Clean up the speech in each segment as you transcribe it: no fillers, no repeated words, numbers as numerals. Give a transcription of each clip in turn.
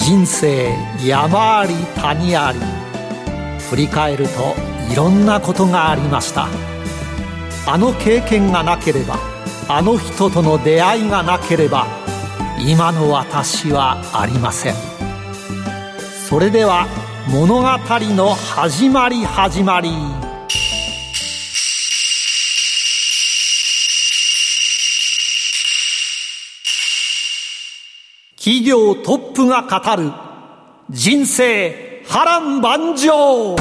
人生山あり谷あり、振り返るといろんなことがありました。あの経験がなければ、あの人との出会いがなければ、今の私はありません。それでは物語の始まり。企業トップが語る人生波乱万丈。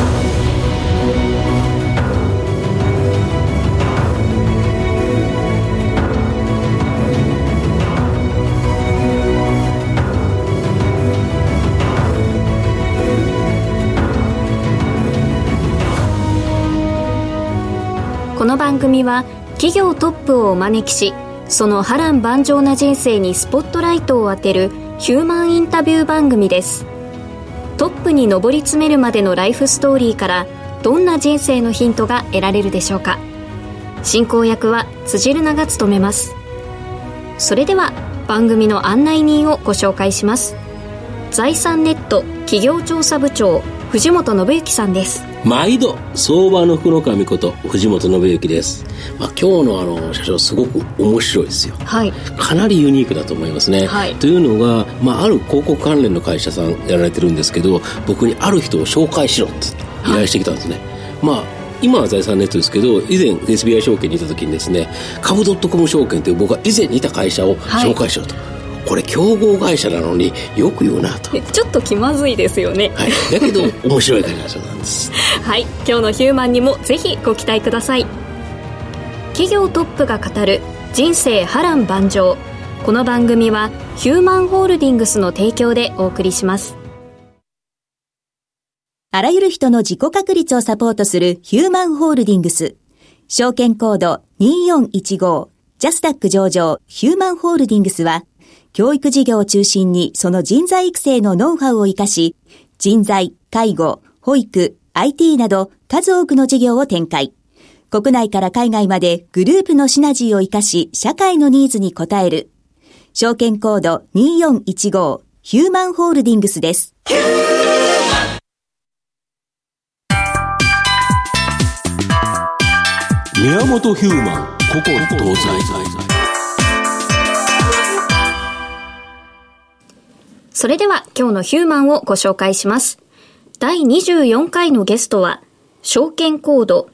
この番組は企業トップをお招きし、その波乱万丈な人生にスポットライトを当てるヒューマンインタビュー番組です。トップに上り詰めるまでのライフストーリーからどんな人生のヒントが得られるでしょうか。進行役は辻るなが務めます。それでは番組の案内人をご紹介します。財産ネット企業調査部長、藤本信之さんです。 毎度相場の福の神こと藤本信之です。今日の社長すごく面白いですよ。 はい、 かなりユニークだと思いますね。 はい、 というのが、ある広告関連の会社さんやられてるんですけど、僕にある人を紹介しろって依頼してきたんですね。今は財産ネットですけど、以前 SBI 証券にいた時にですね、株 .com 証券という僕が以前にいた会社を紹介しろと、これ競合会社なのによく言うなと。 ちょっと気まずいですよね。 はい、だけど面白い会社なんですはい、今日のヒューマンにもぜひご期待ください。企業トップが語る人生波乱万丈。この番組はヒューマンホールディングスの提供でお送りします。 あらゆる人の自己確立をサポートするヒューマンホールディングス。証券コード2415ジャスダック上場ヒューマンホールディングスは、教育事業を中心にその人材育成のノウハウを生かし、人材、介護、保育、IT など数多くの事業を展開。国内から海外までグループのシナジーを生かし、社会のニーズに応える。証券コード2415ヒューマンホールディングスです。 宮本ヒューマン古今東西。 それでは今日のヒューマンをご紹介します。第24回のゲストは、証券コード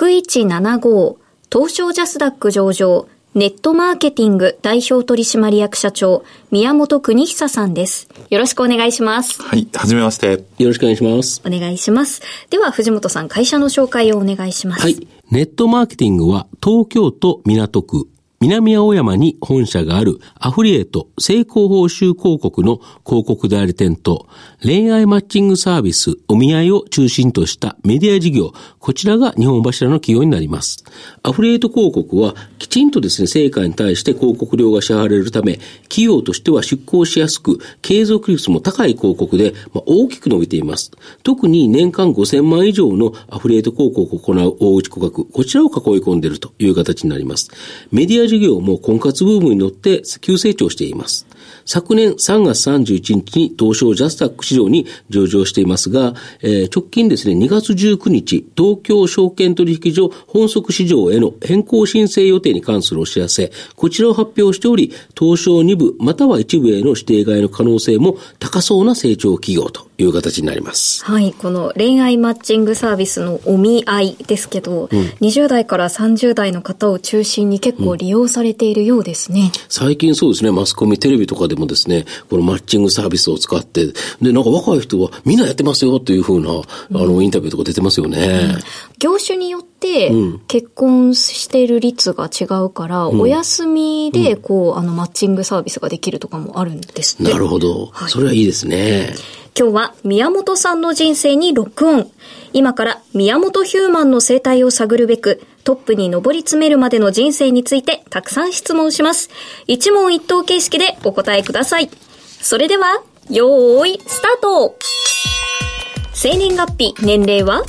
6175東証ジャスダック上場ネットマーケティング代表取締役社長、宮本邦久さんです。よろしくお願いします。 はい、はじめまして。 よろしくお願いします。 お願いします。では藤本さん、会社の紹介をお願いします。 はい、ネットマーケティングは東京都港区南青山に本社があるアフリエイト成功報酬広告の広告代理店と、恋愛マッチングサービスお見合いを中心としたメディア事業、こちらが日本柱の企業になります。アフリエイト広告はきちんとですね、成果に対して広告料が支払われるため、企業としては出向しやすく、継続率も高い広告で、大きく伸びています。特に年間5000万以上のアフリエイト広告を行う大口顧客、こちらを囲い込んでいるという形になります。メディア事業も婚活ブームに乗って急成長しています。昨年3月31日に東証ジャスダック市場に上場していますが、直近ですね、2月19日、東京証券取引所本則市場への変更申請予定に関するお知らせ、こちらを発表しており、東証2部または1部への指定外の可能性も高そうな成長企業という形になります。 はい、この恋愛マッチングサービスのお見合いですけど、20代から30代の方を中心に結構利用されているようですね。 最近そうですね、マスコミ、テレビとかでもですね、このマッチングサービスを使って、で、なんか若い人はみんなやってますよというふうな、インタビューとか出てますよね。 業種によって結婚している率が違うから、お休みでマッチングサービスができるとかもあるんですって。 なるほど。はい、それはいいですね。 今日は宮本さんの人生にロックオン。今から宮本ヒューマンの生態を探るべく、トップに上り詰めるまでの人生についてたくさん質問します。一問一答形式でお答えください。それでは、よーい、スタート。生年月日、年齢は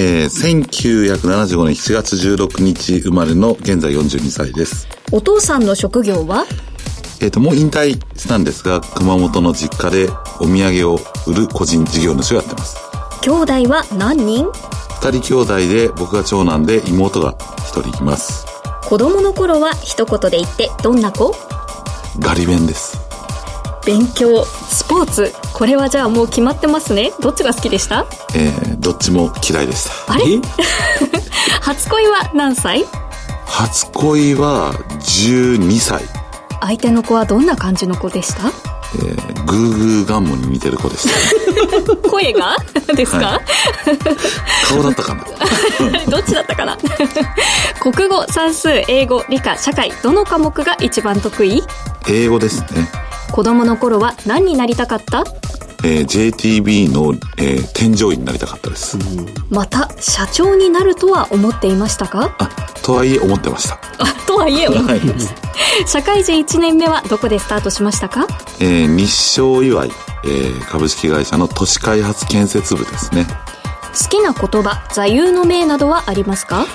1975年7月16日生まれの現在42歳です。 お父さんの職業はもう引退したんですが、熊本の実家でお土産を売る個人事業主をやってます。 兄弟は何人 ？2人兄弟で、僕が長男で妹が1人います。 子供の頃は一言で言ってどんな子？ ガリ勉です。 勉強、スポーツ、これはじゃあもう決まってますね。どっちが好きでした？ どっちも嫌いでした。 あれ初恋は何歳？ 初恋は12歳。 相手の子はどんな感じの子でした？ グーグーガンモに似てる子でした声がですか、はい、 顔だったかなどっちだったかな国語、算数、英語、理科、社会、どの科目が一番得意？ 英語ですね。 子供の頃は何になりたかった？ JTB の、添乗員になりたかったです。 また社長になるとは思っていましたか？ とはいえ思ってました。 とはいえ思っていました、社会人1年目はどこでスタートしましたか？ 日商祝い、株式会社の都市開発建設部ですね。 好きな言葉、座右の銘などはありますか？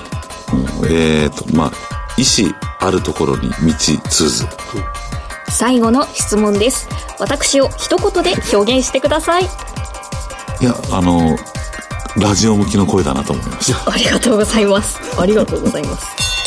意志あるところに道通ず。 最後の質問です。私を一言で表現してください。 いや、ラジオ向きの声だなと思いました。 ありがとうございます。ありがとうございます。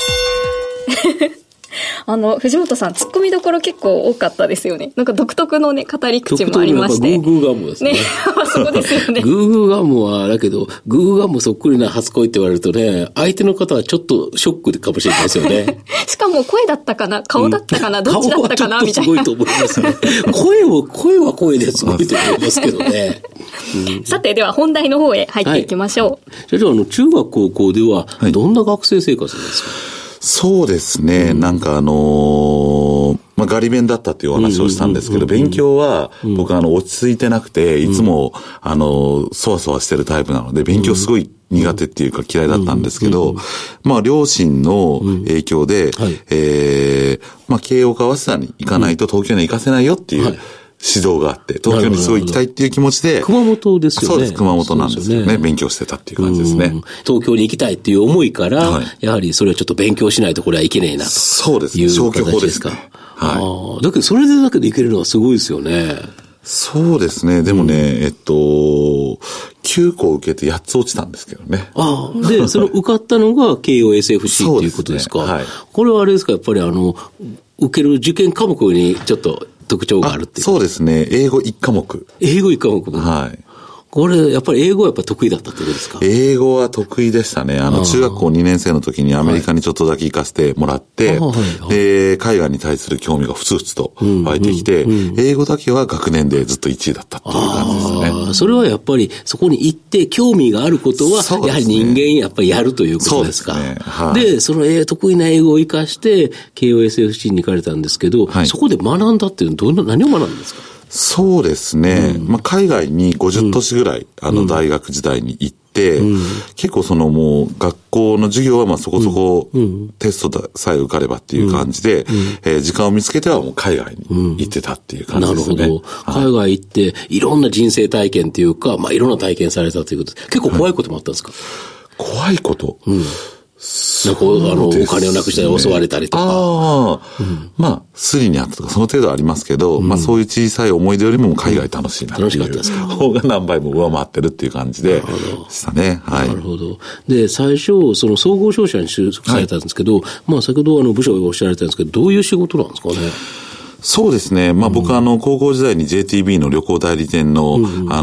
藤本さん、ツッコミどころ結構多かったですよね。なんか独特のね、語り口もありまして。 グーグーガンモですね。 そうですよね。 グーグーガンモは、だけど、グーグーガンモそっくりな初恋って言われるとね、相手の方はちょっとショックかもしれないですよね。しかも声だったかな、顔だったかな、どっちだったかな、みたいな。 顔はちょっとすごいと思いますね。声は声ですごいと思いますけどね。 さて、では本題の方へ入っていきましょう。 じゃあ、中学高校では、どんな学生生活ですか？ そうですね。なんかガリ勉だったっていうお話をしたんですけど、勉強は僕落ち着いてなくて、いつもそわそわしてるタイプなので、勉強すごい苦手っていうか嫌いだったんですけど、両親の影響で、慶応か早稲田に行かないと東京には行かせないよっていう、指導があって、東京にすごい行きたいっていう気持ちで。 熊本ですよね。 そうです、熊本なんですよね。勉強してたっていう感じですね。 東京に行きたいっていう思いから、やはりそれはちょっと勉強しないとこれはいけねえなと。 そうですね。消去法ですか。 だけどそれでだけで行けるのはすごいですよね。 そうですね。でもね、9個受けて8つ落ちたんですけどね。 で、その受かったのが慶応 SFC っていうことですか。はい。これはあれですか、やっぱり受ける受験科目にちょっと特徴があるっていう。 そうですね。英語1科目。 英語1科目。 はい。 これ、やっぱり英語はやっぱ得意だったってことですか？英語は得意でしたね。中学校2年生の時にアメリカにちょっとだけ行かせてもらって、で、海外に対する興味がふつふつと湧いてきて、英語だけは学年でずっと1位だったっていう感じですね。 それはやっぱりそこに行って興味があることは、やはり人間やっぱりやるということですか？そうですね。はい。で、その得意な英語を活かして、慶応 SFC に行かれたんですけど、そこで学んだっていうのは何を学んだんですか？ そうですね。海外に50都市ぐらい、大学時代に行って、結構もう学校の授業はそこそこテストさえ受かればっていう感じで、時間を見つけてはもう海外に行ってたっていう感じですね。 なるほど。海外行って、いろんな人生体験っていうか、いろんな体験されたということです。結構怖いこともあったんですか？ 怖いこと。 なんかお金をなくしたり襲われたりとか。 スリにあったとかその程度ありますけど、そういう小さい思い出よりも海外楽しいなっていう。 楽しかったですか？ 方が何倍も上回ってるっていう感じでしたね。はい。 なるほど。で、最初、その総合商社に就職されたんですけど、先ほど部署をおっしゃられたんですけど、どういう仕事なんですかね？ そうですね。僕高校時代に JTB の旅行代理店の、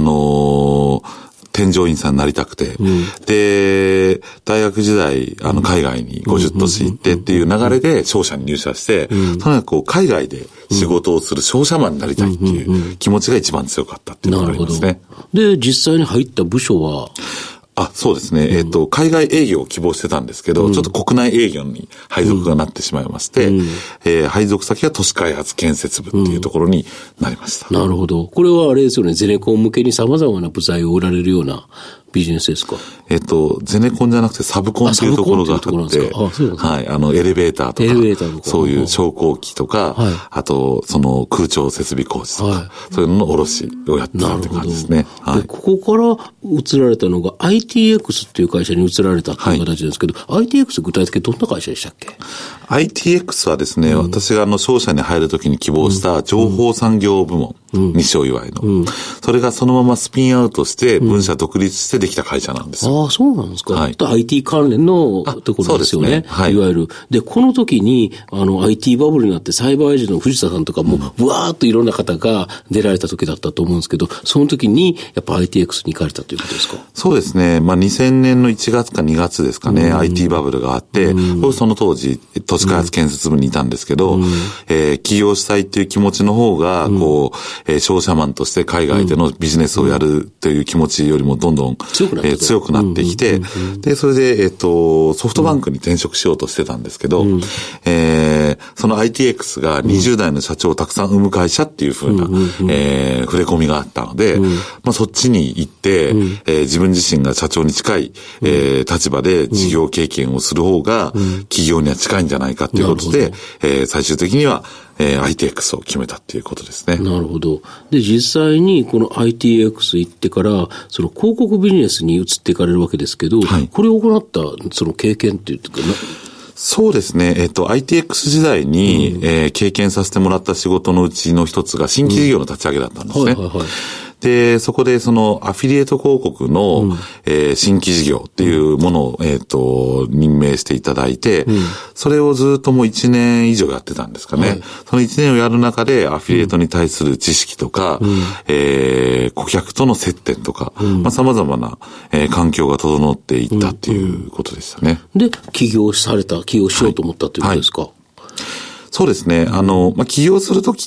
添乗員さんになりたくて、で、大学時代、海外に50都市行ってっていう流れで商社に入社して、とにかく海外で仕事をする商社マンになりたいっていう気持ちが一番強かったっていうのがありますね。 で、実際に入った部署はそうですね。海外営業を希望してたんですけど、ちょっと国内営業に配属がなってしまいまして、配属先は都市開発建設部っていうところになりました。 なるほど。これはあれですよね、ゼネコン向けに様々な部材を売られるようなビジネスですか？ ゼネコンじゃなくてサブコンというところがあって、はい、エレベーターとか、そういう昇降機とか、はい、あと、空調設備工事とか、はい、そういうのの卸をやってたって感じですね。 はい、でここから移られたのが ITX っていう会社に移られたっていう形ですけど、はい、ITX 具体的にどんな会社でしたっけ ？ITX はですね、私が商社に入るときに希望した情報産業部門、西尾岩井の、それがそのままスピンアウトして、分社独立してできた会社なんですよ。 ああ、そうなんですか。はい、IT 関連のところですよね。 そうですね。はい。 いわゆる。で、この時に、IT バブルになってサイバーエージェントの藤田さんとかも、ぶわーっといろんな方が出られた時だったと思うんですけど、その時に、やっぱ ITX に行かれたということですか？ そうですね。2000年の1月か2月ですかね、IT バブルがあって、その当時、都市開発建設部にいたんですけど、起業したいっていう気持ちの方が、商社マンとして海外でのビジネスをやるという気持ちよりもどんどん強くなってきて、で、それで、ソフトバンクに転職しようとしてたんですけど、その ITX が20代の社長をたくさん生む会社っていう風な、触れ込みがあったので、そっちに行って、自分自身が社長に近い、立場で事業経験をする方が、企業には近いんじゃないかっていうことで、最終的には、ITX を決めたっていうことですね。 なるほど。で、実際にこの ITX 行ってから、その広告ビジネスに移っていかれるわけですけど、はい、これを行ったその経験っていうか、 そうですね。ITX 時代に、経験させてもらった仕事のうちの一つが新規事業の立ち上げだったんですね。で、そこでそのアフィリエイト広告の、新規事業っていうものを、任命していただいて、それをずっともう1年以上やってたんですかね。はい、その1年をやる中でアフィリエイトに対する知識とか、顧客との接点とか、様々な、環境が整っていったっていうことでしたね。 で、起業しようと思ったということですか？はいはい、 そうですね。起業するときって、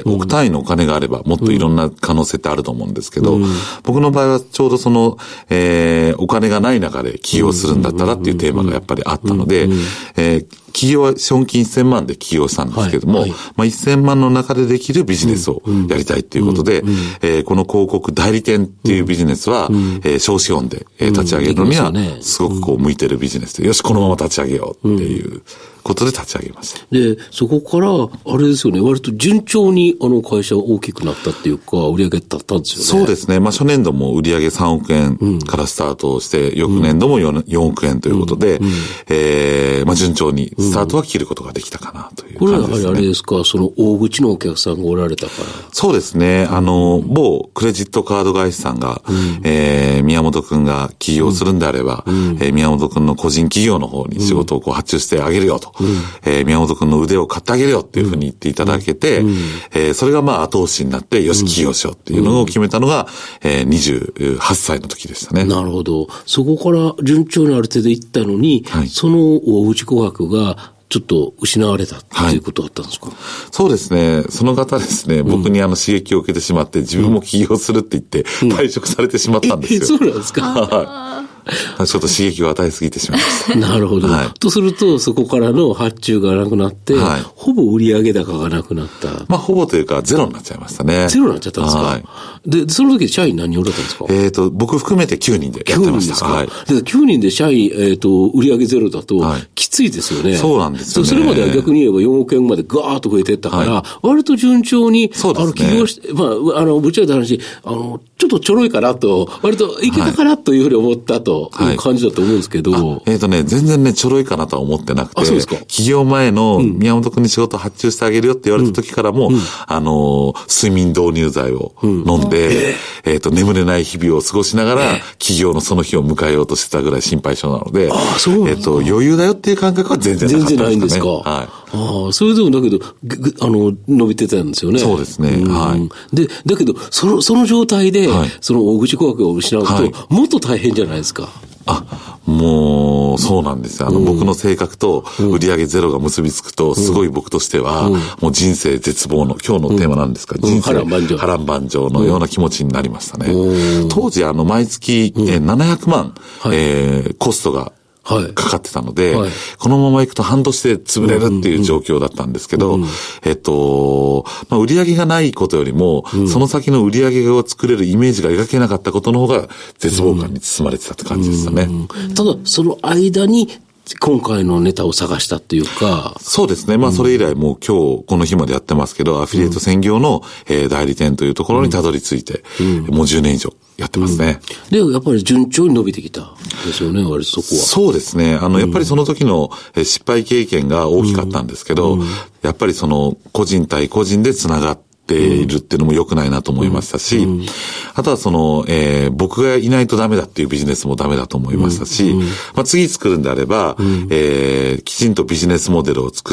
億単位のお金があれば、もっといろんな可能性ってあると思うんですけど、僕の場合はちょうどお金がない中で起業するんだったらっていうテーマがやっぱりあったので、起業は資本金1000万で起業したんですけども、1000万の中でできるビジネスをやりたいっていうことで、この広告代理店っていうビジネスは、小資本で立ち上げるのには、すごく向いてるビジネスで、よし、このまま立ち上げようっていうことで立ち上げました。 で、そこから、あれですよね、割と順調に会社は大きくなったっていうか、売り上げだったんですよね。 そうですね。初年度も売り上げ3億円からスタートして、翌年度も 4億円ということで、順調にスタートは切ることができたかなという感じですね。これはやはりあれですか、その大口のお客さんがおられたから。 そうですね。某クレジットカード会社さんが、宮本くんが起業するんであれば、宮本くんの個人企業の方に仕事を発注してあげるよと。宮本くんの腕を買ってあげるよっていうふうに言っていただけて、それが後押しになって、よし、起業しようっていうのを決めたのが、28歳の時でしたね。 なるほど。そこから順調にある程度いったのに、その大口顧客が、ちょっと失われたっていうことだったんですか？ そうですね。その方ですね、僕に刺激を受けてしまって、自分も起業するって言って、退職されてしまったんですよ。 そうなんですか？ はい。ちょっと刺激を与えすぎてしまいました。 なるほど。とすると、そこからの発注がなくなって、ほぼ売上高がなくなった。 ほぼというか、ゼロになっちゃいましたね。 ゼロになっちゃったんですか？はい。で、その時社員何人おられたんですか？僕含めて9人でやってました。9人ですか？はい。9人で社員、売上ゼロだと、きついですよね。 そうなんですよね。 それまでは逆に言えば4億円までガーッと増えていったから、割と順調に、起業して、ぶっちゃけた話、ちょっとちょろいかなと、割といけたかなというふうに思ったという感じだと思うんですけど。 全然ね、ちょろいかなとは思ってなくて、 そうですか。 起業前の宮本くんに仕事発注してあげるよって言われた時からも、睡眠導入剤を飲んで、眠れない日々を過ごしながら、起業のその日を迎えようとしてたぐらい心配性なので、余裕だよっていう感覚は全然なかったですね。 全然ないんですか。はい。それでもだけど、伸びてたんですよね。 そうですね。はい。 で、だけど、その状態で、その大口顧客を失うと、もっと大変じゃないですか。 もう、そうなんですよ。僕の性格と売上ゼロが結びつくと、すごい僕としては、もう人生絶望の、今日のテーマなんですか、人生波乱万丈のような気持ちになりましたね。当時、毎月、700万、コストがかかってたので、このまま行くと半年で潰れるっていう状況だったんですけど、売り上げがないことよりも、その先の売り上げを作れるイメージが描けなかったことの方が絶望感に包まれてたって感じでしたね。 ただ、その間に、今回のネタを探したっていうか。 そうですね。それ以来もう今日この日までやってますけど、アフィリエイト専業の、代理店というところにたどり着いて、もう10年以上やってますね。 で、やっぱり順調に伸びてきたですよね、割とそこは。 そうですね。やっぱりその時の失敗経験が大きかったんですけど、やっぱりその個人対個人でつながって、いるっていうのも良くないなと思いましたし、あとはその、僕がいないとダメだっていうビジネスもダメだと思いましたし、次作るんであれば、きちんとビジネスモデルを作って、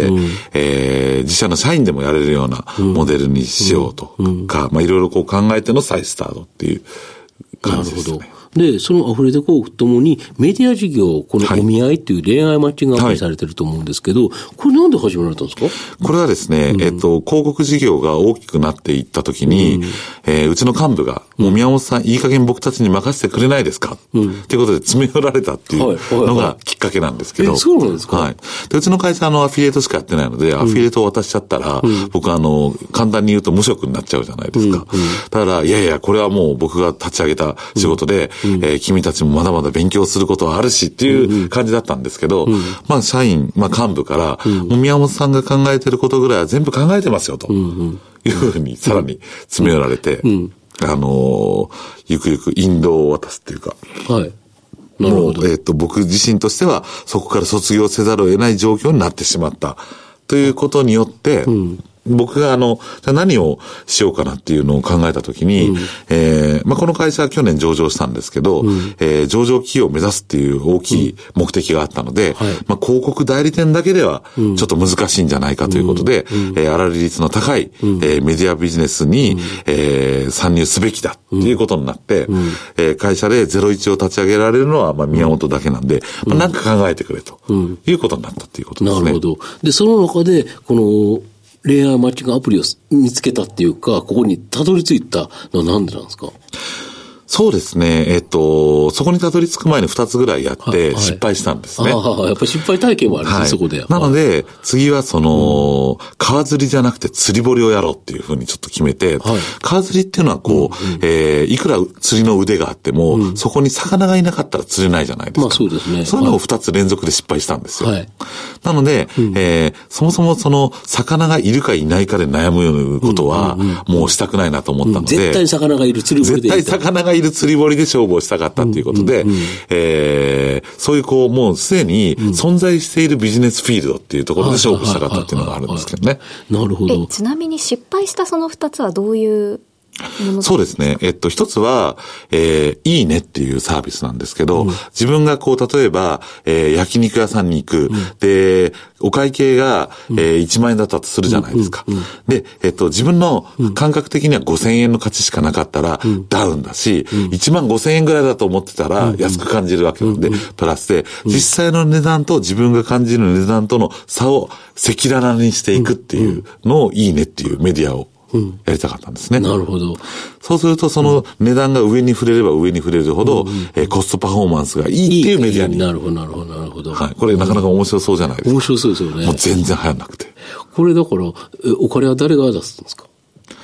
自社の社員でもやれるようなモデルにしようとか、いろいろこう考えての再スタートっていう感じですね。 なるほど。で、そのアフレート広告ともにメディア事業、このお見合いっていう恋愛マッチングアプリされてると思うんですけど、これなんで始められたんですか？ これはですね、広告事業が大きくなっていったときに、うちの幹部が、もう宮本さん、いい加減僕たちに任せてくれないですかっていうことで詰め寄られたっていうのがきっかけなんですけど。 そうなんですか？ はい。で、うちの会社アフィリエイトしかやってないので、アフィリエイトを渡しちゃったら、僕簡単に言うと無職になっちゃうじゃないですか。だから、いやいや、これはもう僕が立ち上げた仕事で、君たちもまだまだ勉強することはあるしっていう感じだったんですけど、社員、幹部から、もう宮本さんが考えてることぐらいは全部考えてますよというふうにさらに詰め寄られて、ゆくゆく引導を渡すっていうか、 なるほど。 僕自身としてはそこから卒業せざるを得ない状況になってしまったということによって、僕が何をしようかなっていうのを考えたときに、この会社は去年上場したんですけど、上場企業を目指すっていう大きい目的があったので、広告代理店だけではちょっと難しいんじゃないかということで、粗利率の高い、メディアビジネスに、参入すべきだっていうことになって、会社で01を立ち上げられるのは宮本だけなんで、なんか考えてくれということになったっていうことですね。 なるほど。で、その中で、この、恋愛マッチングアプリを見つけたっていうか、ここにたどり着いたのはなんでなんですか？ そうですね。そこにたどり着く前に2つぐらいやって失敗したんですね。 やっぱり失敗体験もあるんですね、そこで。 なので、次は川釣りじゃなくて釣り堀をやろうっていうふうにちょっと決めて、川釣りっていうのはいくら釣りの腕があっても、そこに魚がいなかったら釣れないじゃないですか。 そうですね。 そういうのを2つ連続で失敗したんですよ。なので、そもそも魚がいるかいないかで悩むことは、もうしたくないなと思ったので。 絶対魚がいる釣り堀で。 絶対魚がいる釣り堀で勝負をしたかったっていうことで、そういうもうすでに存在しているビジネスフィールドっていうところで勝負したかったっていうのがあるんですけどね。 なるほど。 ちなみに失敗したその2つはどういうそうですね。一つは、いいねっていうサービスなんですけど、自分が例えば、焼肉屋さんに行く。で、お会計が、1万円だったとするじゃないですか。で、自分の感覚的には5000円の価値しかなかったら、ダウンだし、1万5000円ぐらいだと思ってたら、安く感じるわけなんで、プラスで、実際の値段と自分が感じる値段との差を赤裸々にしていくっていうのを、いいねっていうメディアを、やりたかったんですね。 なるほど。 そうすると、その値段が上に触れれば上に触れるほど、コストパフォーマンスがいいっていうメディアに。 なるほど、なるほど、なるほど。 はい。これなかなか面白そうじゃないですか。 面白そうですよね。 もう全然流行んなくて。 これだから、お金は誰が出すんですか？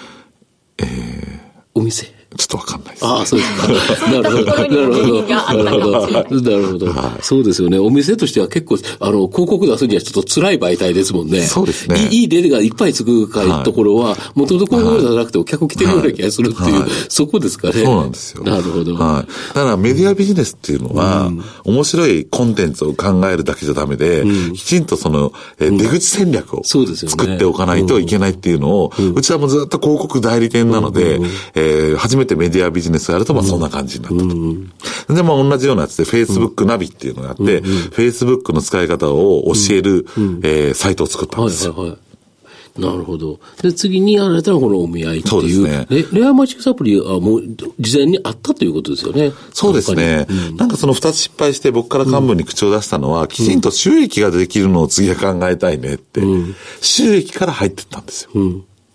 お店。 ちょっとわかんないです、 ああ、そうですか。なるほど。なるほど。なるほど。そうですよね。お店としては結構、広告出すにはちょっと辛い媒体ですもんね。 そうですね。 いい例がいっぱいつくかいところは、もともと広告じゃなくてお客来てるような気がするっていう、そこですかね。 そうなんですよ。 なるほど。 はい。だからメディアビジネスっていうのは、面白いコンテンツを考えるだけじゃダメで、きちんと出口戦略を作っておかないといけないっていうのを、うちはもうずっと広告代理店なので、初めてメディアビジネスやると、そんな感じになったと。で、同じようなやつで Facebook ナビっていうのをやって、Facebook の使い方を教える、サイトを作ったんですよ。 なるほど。で、次にやられたのはこのお見合いっていう。 そうですね。 恋愛マッチングアプリはもう事前にあったということですよね。 そうですね。なんかその2つ失敗して僕から幹部に口を出したのは、きちんと収益ができるのを次は考えたいねって、収益から入ってったんですよ。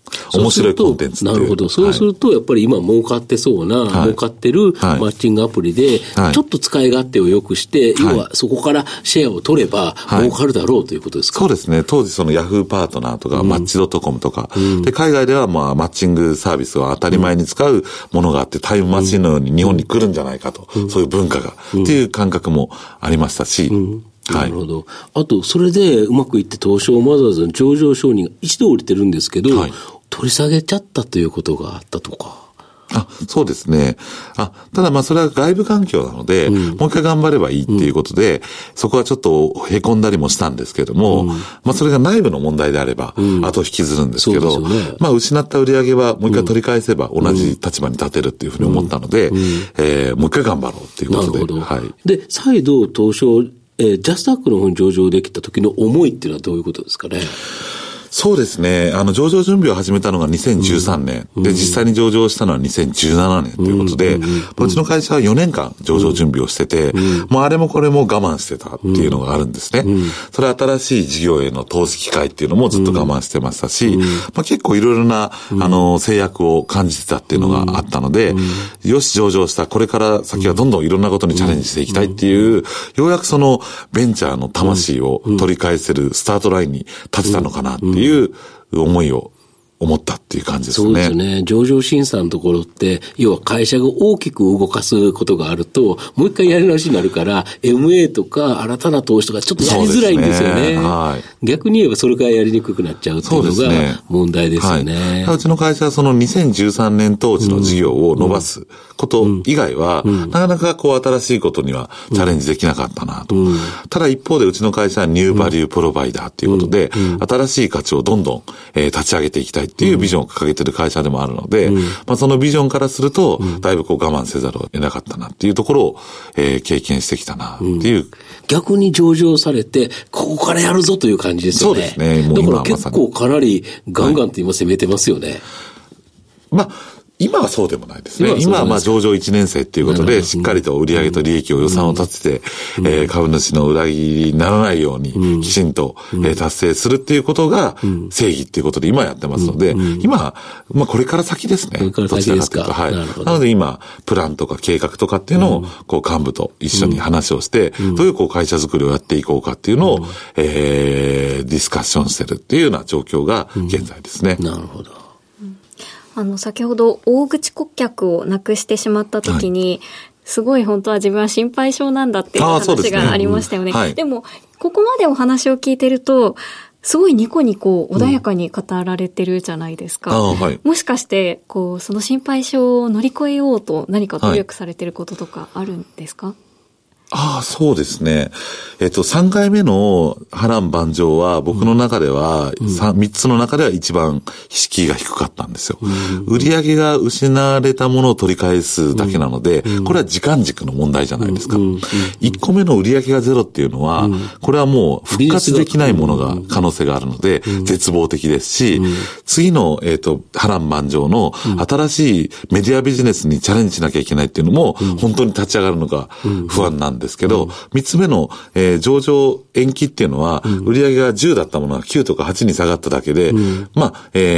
面白いコンテンツっていう。 なるほど。そうすると、やっぱり今儲かってそうな、儲かってるマッチングアプリで、ちょっと使い勝手を良くして、要はそこからシェアを取れば儲かるだろうということですか？ そうですね。当時そのヤフーパートナーとか、マッチ.com とか、で、海外ではマッチングサービスは当たり前に使うものがあって、タイムマシンのように日本に来るんじゃないかと、そういう文化が、っていう感覚もありましたし、 なるほど。あと、それでうまくいって東証マザーズの上場承認が一度降りてるんですけど、取り下げちゃったということがあったとか。 そうですね。ただそれは外部環境なので、もう一回頑張ればいいっていうことで、そこはちょっと凹んだりもしたんですけども、それが内部の問題であれば、後引きずるんですけど、失った売り上げはもう一回取り返せば同じ立場に立てるっていうふうに思ったので、もう一回頑張ろうっていうことで。 なるほど。で、再度東証、ジャスダックの方に上場できた時の思いっていうのはどういうことですかね？ そうですね。上場準備を始めたのが2013年。で、実際に上場したのは2017年ということで、うちの会社は4年間上場準備をしてて、もうあれもこれも我慢してたっていうのがあるんですね。それは新しい事業への投資機会っていうのもずっと我慢してましたし、結構いろいろな、制約を感じてたっていうのがあったので、よし上場した、これから先はどんどんいろんなことにチャレンジしていきたいっていう、ようやくそのベンチャーの魂を取り返せるスタートラインに立てたのかなっていう思いを思ったっていう感じですね。 そうですね。上場審査のところって、要は会社が大きく動かすことがあると、もう一回やり直しになるから、MA とか新たな投資とかちょっとやりづらいんですよね。逆に言えばそれからやりにくくなっちゃうっていうのが問題ですよね。 うちの会社はその2013年当時の事業を伸ばすこと以外は、なかなか新しいことにはチャレンジできなかったなと。ただ一方でうちの会社はニューバリュープロバイダーっていうことで、新しい価値をどんどん立ち上げていきたいっていうビジョンを掲げてる会社でもあるので、そのビジョンからすると、だいぶ我慢せざるを得なかったなっていうところを、経験してきたなっていう。 逆に上場されて、ここからやるぞという感じですよね。 そうですね。 だから結構かなりガンガンって今攻めてますよね。 今はそうでもないですね。今は上場1年生っていうことで、しっかりと売上と利益を予算を立てて、株主の裏切りにならないように、きちんと、達成するっていうことが正義っていうことで今やってますので、今、これから先ですね。 これから先ですか。 なので今、プランとか計画とかっていうのを、幹部と一緒に話をして、どういう会社作りをやっていこうかっていうのを、ディスカッションしてるっていうような状況が現在ですね。 なるほど。 先ほど大口顧客をなくしてしまった時に、すごい本当は自分は心配性なんだっていう話がありましたよね。でも、ここまでお話を聞いてると、すごいニコニコ穏やかに語られてるじゃないですか。もしかして、その心配性を乗り越えようと何か努力されてることとかあるんですか？ そうですね。3回目の波乱万丈は僕の中では、3つの中では一番敷居が低かったんですよ。売上が失われたものを取り返すだけなので、これは時間軸の問題じゃないですか。1個目の売上がゼロっていうのは、これはもう復活できないものが可能性があるので、絶望的ですし、次の、波乱万丈の新しいメディアビジネスにチャレンジしなきゃいけないっていうのも、本当に立ち上がるのが不安なんですけど、3つ目の、上場延期っていうのは、売上が10だったものが9とか8に下がっただけで、この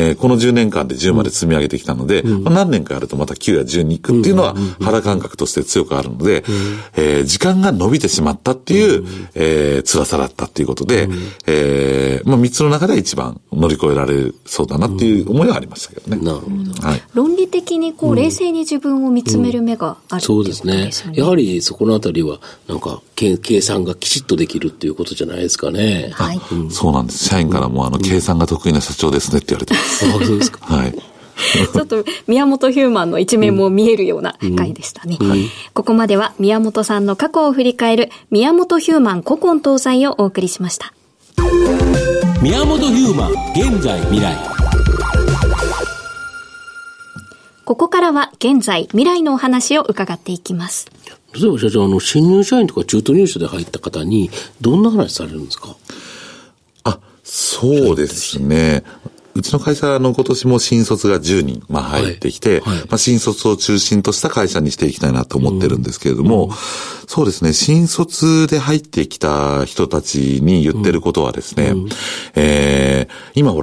10年間で10まで積み上げてきたので、何年かやるとまた9や10に行くっていうのは肌感覚として強くあるので、時間が伸びてしまったっていう、辛さだったっていうことで、3つの中では一番乗り越えられそうだなっていう思いはありましたけどね。 なるほど。 論理的に冷静に自分を見つめる目があるっていうことですよね。 やはりそこのあたりは計算がきちっとできるっていうことじゃないですかね。 そうなんです。社員からも計算が得意な社長ですねって言われてます。 そうですか。 ちょっと宮本ヒューマンの一面も見えるような回でしたね。ここまでは宮本さんの過去を振り返る宮本ヒューマン古今東西をお送りしました。 宮本ヒューマン現在未来。 ここからは現在未来のお話を伺っていきます。 例えば社長、新入社員とか中途入社で入った方にどんな話されるんですか？ そうですね。うちの会社今年も新卒が10人、入ってきて、新卒を中心とした会社にしていきたいなと思ってるんですけれども、そうですね、新卒で入ってきた人たちに言ってることはですね、今ほら、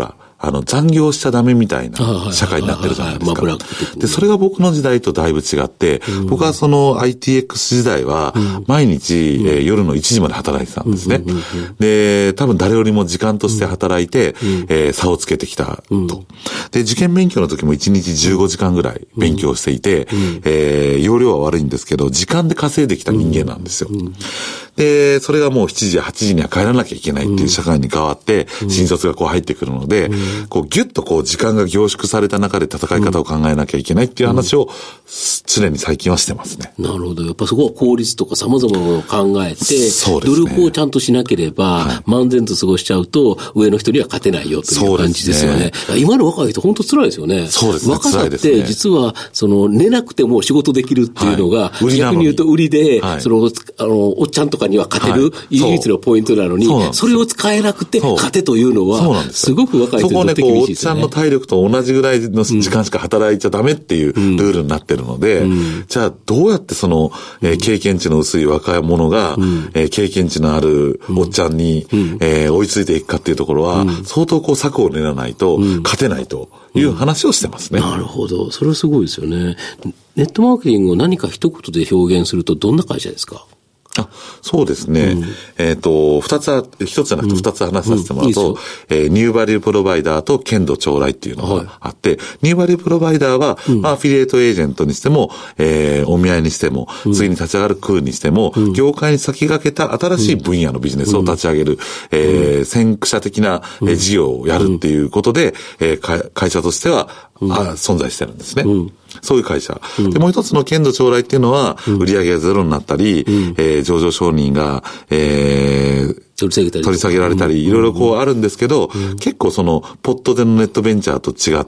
残業しちゃダメみたいな社会になってるじゃないですか。で、それが僕の時代とだいぶ違って、僕はその ITX 時代は、毎日、夜の1時まで働いてたんですね。で、多分誰よりも時間として働いて、差をつけてきたと。で、受験勉強の時も1日15時間ぐらい勉強していて、容量は悪いんですけど、時間で稼いできた人間なんですよ。で、それがもう7時、8時には帰らなきゃいけないっていう社会に変わって、新卒がこう入ってくるので、こうギュッとこう時間が凝縮された中で戦い方を考えなきゃいけないっていう話を常に最近はしてますね。 なるほど。やっぱそこは効率とか様々なものを考えて、努力をちゃんとしなければ、漫然と過ごしちゃうと、上の人には勝てないよという感じですよね。今の若い人本当辛いですよね。 そうですね。 若さって実は、寝なくても仕事できるっていうのが、逆に言うと売りで、おっちゃんとかには勝てる唯一のポイントなのに、それを使えなくて勝てというのは、すごく若い人にとって厳しいですね。 そこね、おっちゃんの体力と同じぐらいの時間しか働いちゃダメっていうルールになってるので、じゃあどうやって経験値の薄い若い者が、経験値のあるおっちゃんに、追いついていくかっていうところは、相当こう策を練らないと勝てないという話をしてますね。 なるほど。それはすごいですよね。ネットマーケティングを何か一言で表現するとどんな会社ですか？ そうですね。一つじゃなくて二つ話させてもらうと、ニューバリュープロバイダーと剣道将来っていうのがあって、ニューバリュープロバイダーは、アフィリエイトエージェントにしても、お見合いにしても、次に立ち上がるクーにしても、業界に先駆けた新しい分野のビジネスを立ち上げる、先駆者的な事業をやるっていうことで、会社としては、存在してるんですね。そういう会社。で、もう一つの剣道将来っていうのは、売上がゼロになったり、上場承認が、取り下げられたり、いろいろこうあるんですけど、結構ポットでのネットベンチャーと違って、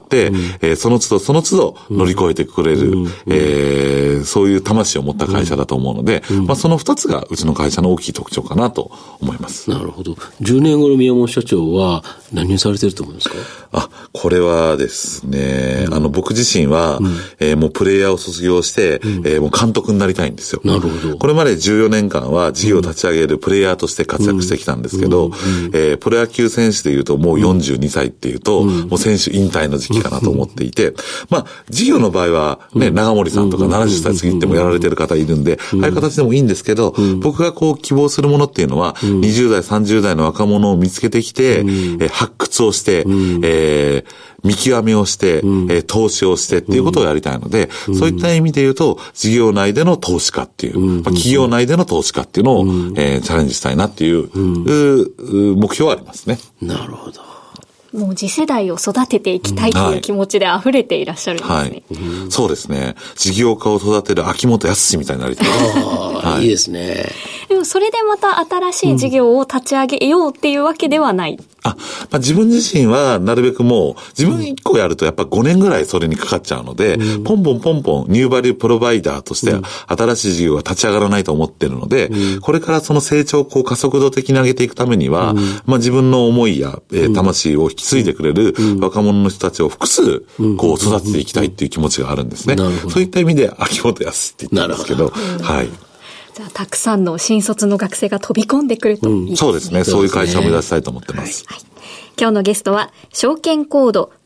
その都度乗り越えてくれる、そういう魂を持った会社だと思うので、その二つがうちの会社の大きい特徴かなと思います。 なるほど。10年後の宮本社長は何をされてると思いますか？ これはですね、僕自身は、もうプレイヤーを卒業して、もう監督になりたいんですよ。なるほど。これまで14年間は事業を立ち上げるプレイヤーとして活躍してきたんですけど、プロ野球選手でいうともう42歳っていうと、もう選手引退の時期かなと思っていて、事業の場合はね、長森さんとか70歳過ぎてもやられてる方いるんで、ああいう形でもいいんですけど、僕がこう希望するものっていうのは、20代、30代の若者を見つけてきて、発掘をして、見極めをして、投資をしてっていうことをやりたいので、そういった意味で言うと、事業内での投資家っていう、企業内での投資家っていうのを、チャレンジしたいなっていう、目標はありますね。 なるほど。 もう次世代を育てていきたいという気持ちで溢れていらっしゃるんですね。 そうですね。事業家を育てる秋元康みたいになりたい。 いいですね。 でもそれでまた新しい事業を立ち上げようっていうわけではない。 自分自身はなるべくもう自分1個やるとやっぱ5年ぐらいそれにかかっちゃうので、ポンポンニューバリュープロバイダーとして新しい事業が立ち上がらないと思ってるので、これからその成長をこう加速度的に上げていくためには、自分の思いや、魂を引き継いでくれる若者の人たちを複数こう育てていきたいっていう気持ちがあるんですね。そういった意味で秋元康って言ってますけど、 じゃあたくさんの新卒の学生が飛び込んでくるといいですね。 そうですね。そういう会社を目指したいと思ってます。 今日のゲストは証券コード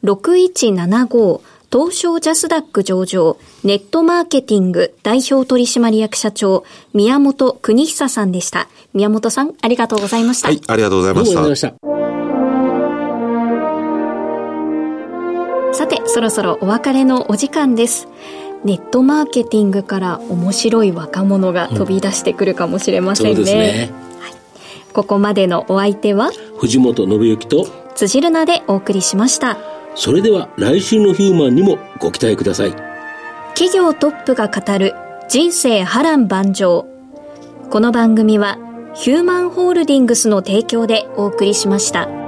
6175東証ジャスダック上場ネットマーケティング代表取締役社長宮本邦久さんでした。宮本さん、ありがとうございました。 ありがとうございました。 さて、そろそろお別れのお時間です。ネットマーケティングから面白い若者が飛び出してくるかもしれませんね。そうですね。ここまでのお相手は藤本信之と辻るなでお送りしました。 それでは来週のヒューマンにもご期待ください。 企業トップが語る人生波乱万丈。この番組はヒューマンホールディングスの提供でお送りしました。